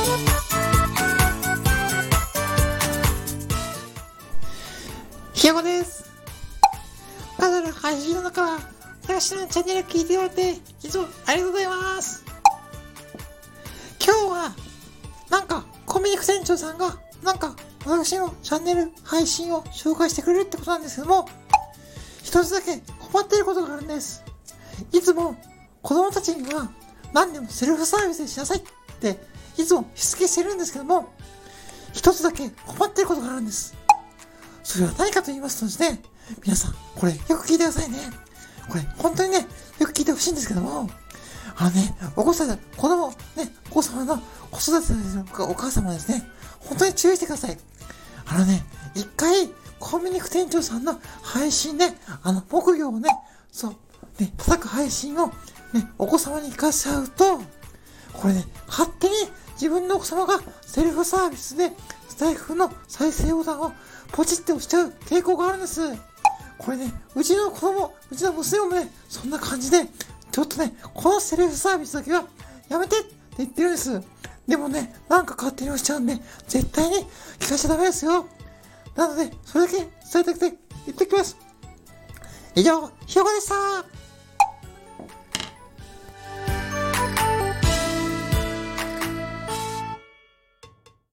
ひよこです。パズル配信の中は私のチャンネル聞いてもらっていつもありがとうございます。今日はコンビニ副店長さんが私のチャンネル配信を紹介してくれるってことなんですけども、一つだけ困っていることがあるんです。いつも子供たちには何でもセルフサービスでしなさいっていつもしつけしてるんですけども、一つだけ困っていることがあるんです。それは何かと言いますとですね、皆さんこれよく聞いてくださいね。これ本当にね、よく聞いてほしいんですけども、お子様の子育てのお母様ですね、本当に注意してください。一回コンビニ副店長さんの配信で木魚を叩く配信をお子様に聞かせちゃうと、これ勝手に自分のお子様がセルフサービスでスタイフの再生ボタンをポチって押しちゃう傾向があるんです。これうちの娘もそんな感じで、ちょっとこのセルフサービスだけはやめてって言ってるんです。でも勝手に押しちゃうんで、絶対に聞かしちゃダメですよ。なので、それだけ伝えたくて言ってきます。以上、ひよこでした。